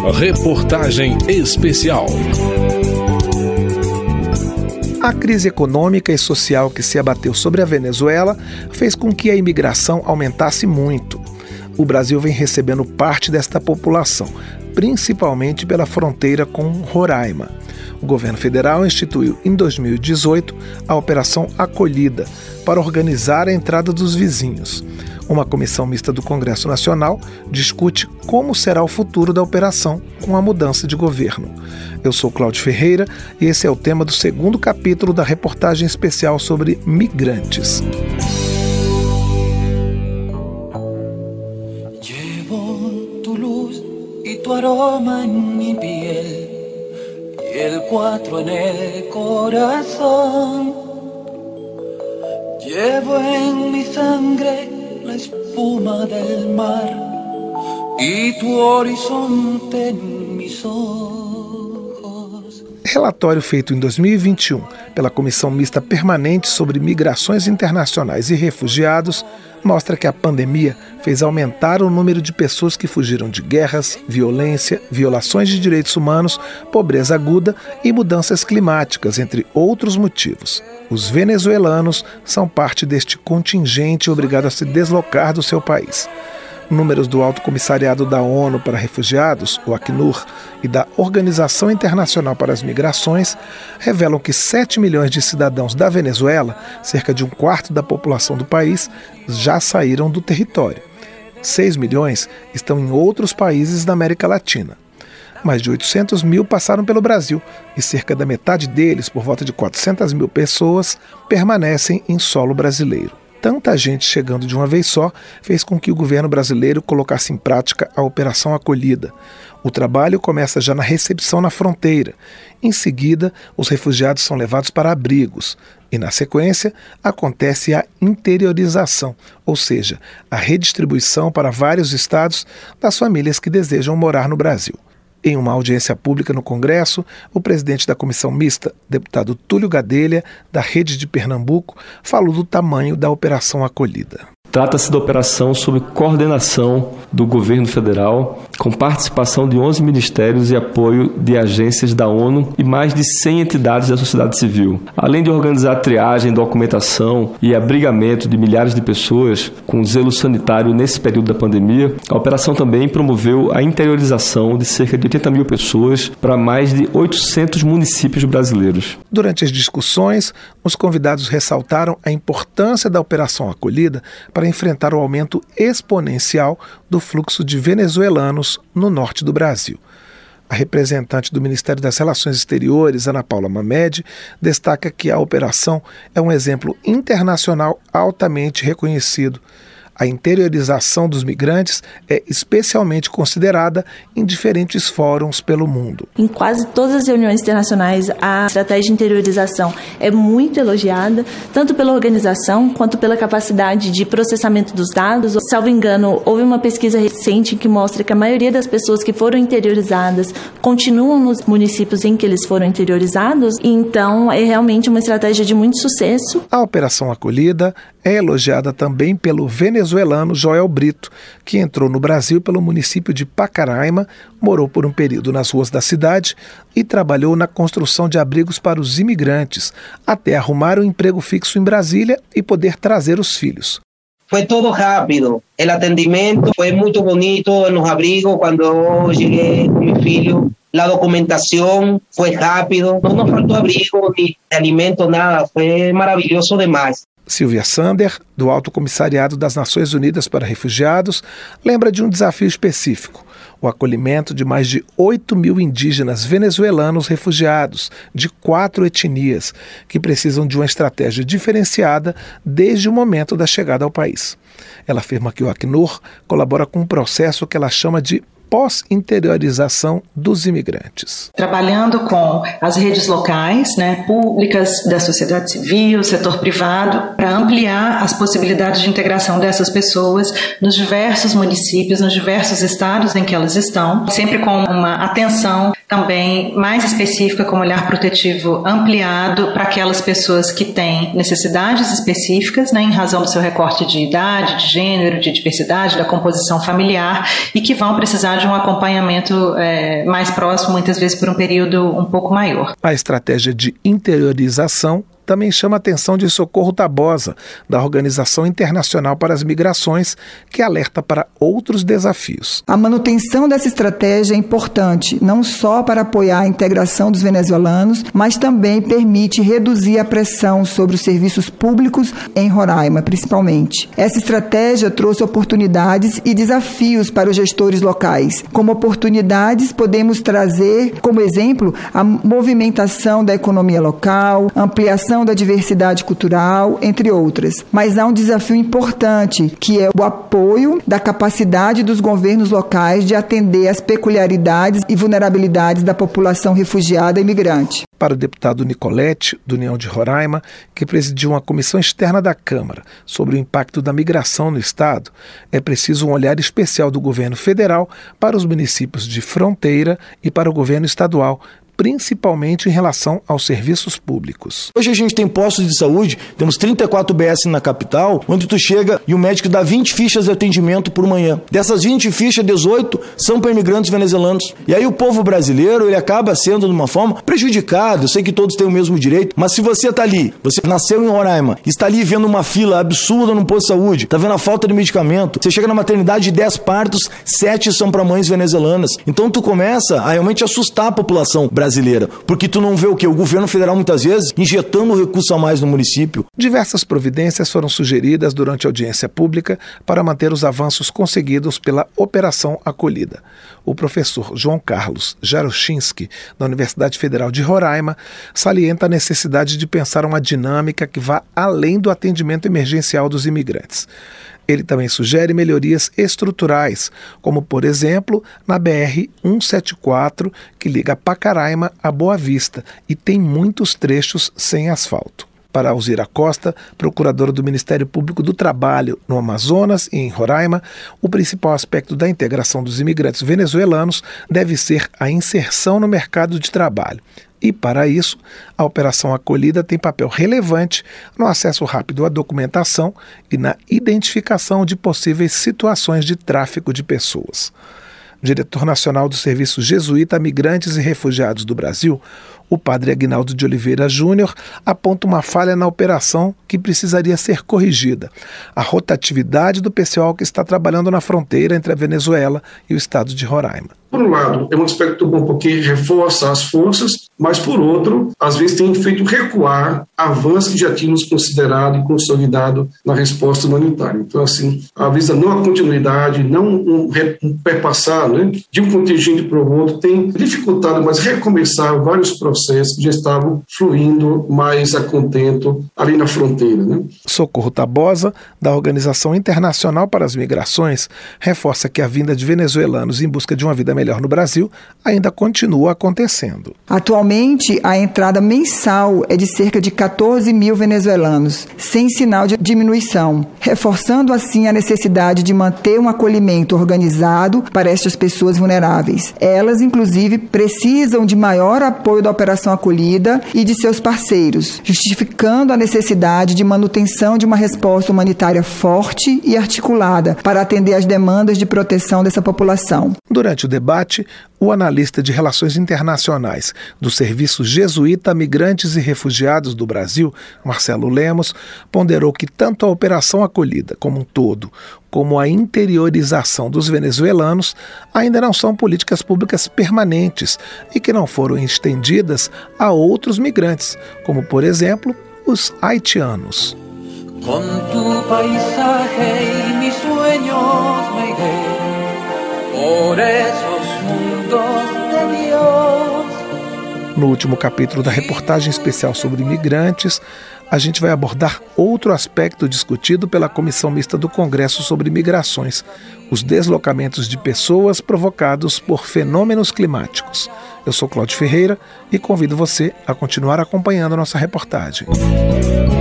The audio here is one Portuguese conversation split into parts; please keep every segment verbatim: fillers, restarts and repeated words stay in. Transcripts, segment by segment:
Reportagem especial. A crise econômica e social que se abateu sobre a Venezuela fez com que a imigração aumentasse muito. O Brasil vem recebendo parte desta população, principalmente pela fronteira com Roraima. O governo federal instituiu em dois mil e dezoito a Operação Acolhida para organizar a entrada dos vizinhos. Uma comissão mista do Congresso Nacional discute como será o futuro da operação com a mudança de governo. Eu sou Cláudio Ferreira e esse é o tema do segundo capítulo da reportagem especial sobre migrantes. Llevo tu luz y tu aroma en mi piel y el cuatro en el corazón. Llevo en mi sangre la espuma del mar y tu horizonte en mis ojos. Relatório feito em dois mil e vinte e um pela Comissão Mista Permanente sobre Migrações Internacionais e Refugiados mostra que a pandemia fez aumentar o número de pessoas que fugiram de guerras, violência, violações de direitos humanos, pobreza aguda e mudanças climáticas, entre outros motivos. Os venezuelanos são parte deste contingente obrigado a se deslocar do seu país. Números do Alto Comissariado da ONU para Refugiados, o Acnur, e da Organização Internacional para as Migrações revelam que sete milhões de cidadãos da Venezuela, cerca de um quarto da população do país, já saíram do território. seis milhões estão em outros países da América Latina. Mais de oitocentos mil passaram pelo Brasil e cerca da metade deles, por volta de quatrocentas mil pessoas, permanecem em solo brasileiro. Tanta gente chegando de uma vez só fez com que o governo brasileiro colocasse em prática a Operação Acolhida. O trabalho começa já na recepção na fronteira. Em seguida, os refugiados são levados para abrigos. E, na sequência, acontece a interiorização, ou seja, a redistribuição para vários estados das famílias que desejam morar no Brasil. Em uma audiência pública no Congresso, o presidente da Comissão Mista, deputado Túlio Gadelha, da Rede de Pernambuco, falou do tamanho da Operação Acolhida. Trata-se da operação sob coordenação do governo federal, com participação de onze ministérios e apoio de agências da ONU e mais de cem entidades da sociedade civil. Além de organizar triagem, documentação e abrigamento de milhares de pessoas com zelo sanitário nesse período da pandemia, a operação também promoveu a interiorização de cerca de oitenta mil pessoas para mais de oitocentos municípios brasileiros. Durante as discussões, os convidados ressaltaram a importância da Operação Acolhida para enfrentar o aumento exponencial do fluxo de venezuelanos no norte do Brasil. A representante do Ministério das Relações Exteriores, Ana Paula Mamed, destaca que a operação é um exemplo internacional altamente reconhecido. A interiorização dos migrantes é especialmente considerada em diferentes fóruns pelo mundo. Em quase todas as reuniões internacionais, a estratégia de interiorização é muito elogiada, tanto pela organização quanto pela capacidade de processamento dos dados. Salvo engano, houve uma pesquisa recente que mostra que a maioria das pessoas que foram interiorizadas continuam nos municípios em que eles foram interiorizados, e então é realmente uma estratégia de muito sucesso. A Operação Acolhida é elogiada também pelo venezuelano Joel Brito, que entrou no Brasil pelo município de Pacaraima, morou por um período nas ruas da cidade e trabalhou na construção de abrigos para os imigrantes, até arrumar um emprego fixo em Brasília e poder trazer os filhos. Foi todo rápido. O atendimento foi muito bonito nos abrigos quando eu cheguei com meu filho. A documentação foi rápido. Não nos faltou abrigo, nem alimento, nada. Foi maravilhoso demais. Silvia Sander, do Alto Comissariado das Nações Unidas para Refugiados, lembra de um desafio específico: o acolhimento de mais de oito mil indígenas venezuelanos refugiados de quatro etnias, que precisam de uma estratégia diferenciada desde o momento da chegada ao país. Ela afirma que o Acnur colabora com um processo que ela chama de pós-interiorização dos imigrantes. Trabalhando com as redes locais, né, públicas, da sociedade civil, setor privado, para ampliar as possibilidades de integração dessas pessoas nos diversos municípios, nos diversos estados em que elas estão, sempre com uma atenção também mais específica, como olhar protetivo ampliado para aquelas pessoas que têm necessidades específicas, né, em razão do seu recorte de idade, de gênero, de diversidade, da composição familiar, e que vão precisar de um acompanhamento é, mais próximo, muitas vezes por um período um pouco maior. A estratégia de interiorização também chama a atenção de Socorro Tabosa, da Organização Internacional para as Migrações, que alerta para outros desafios. A manutenção dessa estratégia é importante, não só para apoiar a integração dos venezuelanos, mas também permite reduzir a pressão sobre os serviços públicos em Roraima, principalmente. Essa estratégia trouxe oportunidades e desafios para os gestores locais. Como oportunidades, podemos trazer, como exemplo, a movimentação da economia local, ampliação da diversidade cultural, entre outras. Mas há um desafio importante, que é o apoio da capacidade dos governos locais de atender às peculiaridades e vulnerabilidades da população refugiada e imigrante. Para o deputado Nicolete, do União de Roraima, que presidiu uma comissão externa da Câmara sobre o impacto da migração no Estado, é preciso um olhar especial do governo federal para os municípios de fronteira e para o governo estadual, principalmente em relação aos serviços públicos. Hoje a gente tem postos de saúde, temos trinta e quatro B S na capital, onde tu chega e o médico dá vinte fichas de atendimento por manhã. Dessas vinte fichas, dezoito são para imigrantes venezuelanos. E aí o povo brasileiro, ele acaba sendo, de uma forma, prejudicado. Eu sei que todos têm o mesmo direito, mas se você está ali, você nasceu em Roraima, está ali vendo uma fila absurda num posto de saúde, está vendo a falta de medicamento, você chega na maternidade de dez partos, sete são para mães venezuelanas. Então tu começa a realmente assustar a população brasileira. brasileira, porque tu não vê o quê? O governo federal muitas vezes injetando recurso a mais no município. Diversas providências foram sugeridas durante a audiência pública para manter os avanços conseguidos pela Operação Acolhida. O professor João Carlos Jarochinski, da Universidade Federal de Roraima, salienta a necessidade de pensar uma dinâmica que vá além do atendimento emergencial dos imigrantes. Ele também sugere melhorias estruturais, como, por exemplo, na B R cento e setenta e quatro, que liga Pacaraima a Boa Vista e tem muitos trechos sem asfalto. Para Alzira Costa, procuradora do Ministério Público do Trabalho no Amazonas e em Roraima, o principal aspecto da integração dos imigrantes venezuelanos deve ser a inserção no mercado de trabalho. E, para isso, a Operação Acolhida tem papel relevante no acesso rápido à documentação e na identificação de possíveis situações de tráfico de pessoas. O diretor nacional do Serviço Jesuíta a Migrantes e Refugiados do Brasil, o padre Aguinaldo de Oliveira Júnior, aponta uma falha na operação que precisaria ser corrigida: a rotatividade do pessoal que está trabalhando na fronteira entre a Venezuela e o estado de Roraima. Por um lado, é um aspecto bom porque reforça as forças, mas por outro, às vezes tem feito recuar avanços que já tínhamos considerado e consolidado na resposta humanitária. Então, assim, avisa não a continuidade, não um, um perpassar, né, de um contingente para o outro, tem dificultado, mas recomeçar vários processos que já estavam fluindo mais a contento ali na fronteira, né? Socorro Tabosa, da Organização Internacional para as Migrações, reforça que a vinda de venezuelanos em busca de uma vida melhor no Brasil ainda continua acontecendo. Atualmente, a entrada mensal é de cerca de quatorze mil venezuelanos, sem sinal de diminuição, reforçando assim a necessidade de manter um acolhimento organizado para estas pessoas vulneráveis. Elas, inclusive, precisam de maior apoio da Operação Acolhida e de seus parceiros, justificando a necessidade de manutenção de uma resposta humanitária forte e articulada para atender às demandas de proteção dessa população. Durante o debate, o analista de Relações Internacionais do Serviço Jesuíta a Migrantes e Refugiados do Brasil, Marcelo Lemos, ponderou que tanto a Operação Acolhida como um todo, como a interiorização dos venezuelanos, ainda não são políticas públicas permanentes e que não foram estendidas a outros migrantes, como, por exemplo, os haitianos. Com tu paisaje y mis sueños me iré por esos mundos de Dios. No último capítulo da reportagem especial sobre imigrantes, a gente vai abordar outro aspecto discutido pela Comissão Mista do Congresso sobre Migrações: os deslocamentos de pessoas provocados por fenômenos climáticos. Eu sou Cláudio Ferreira e convido você a continuar acompanhando a nossa reportagem.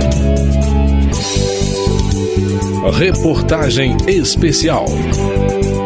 Reportagem especial.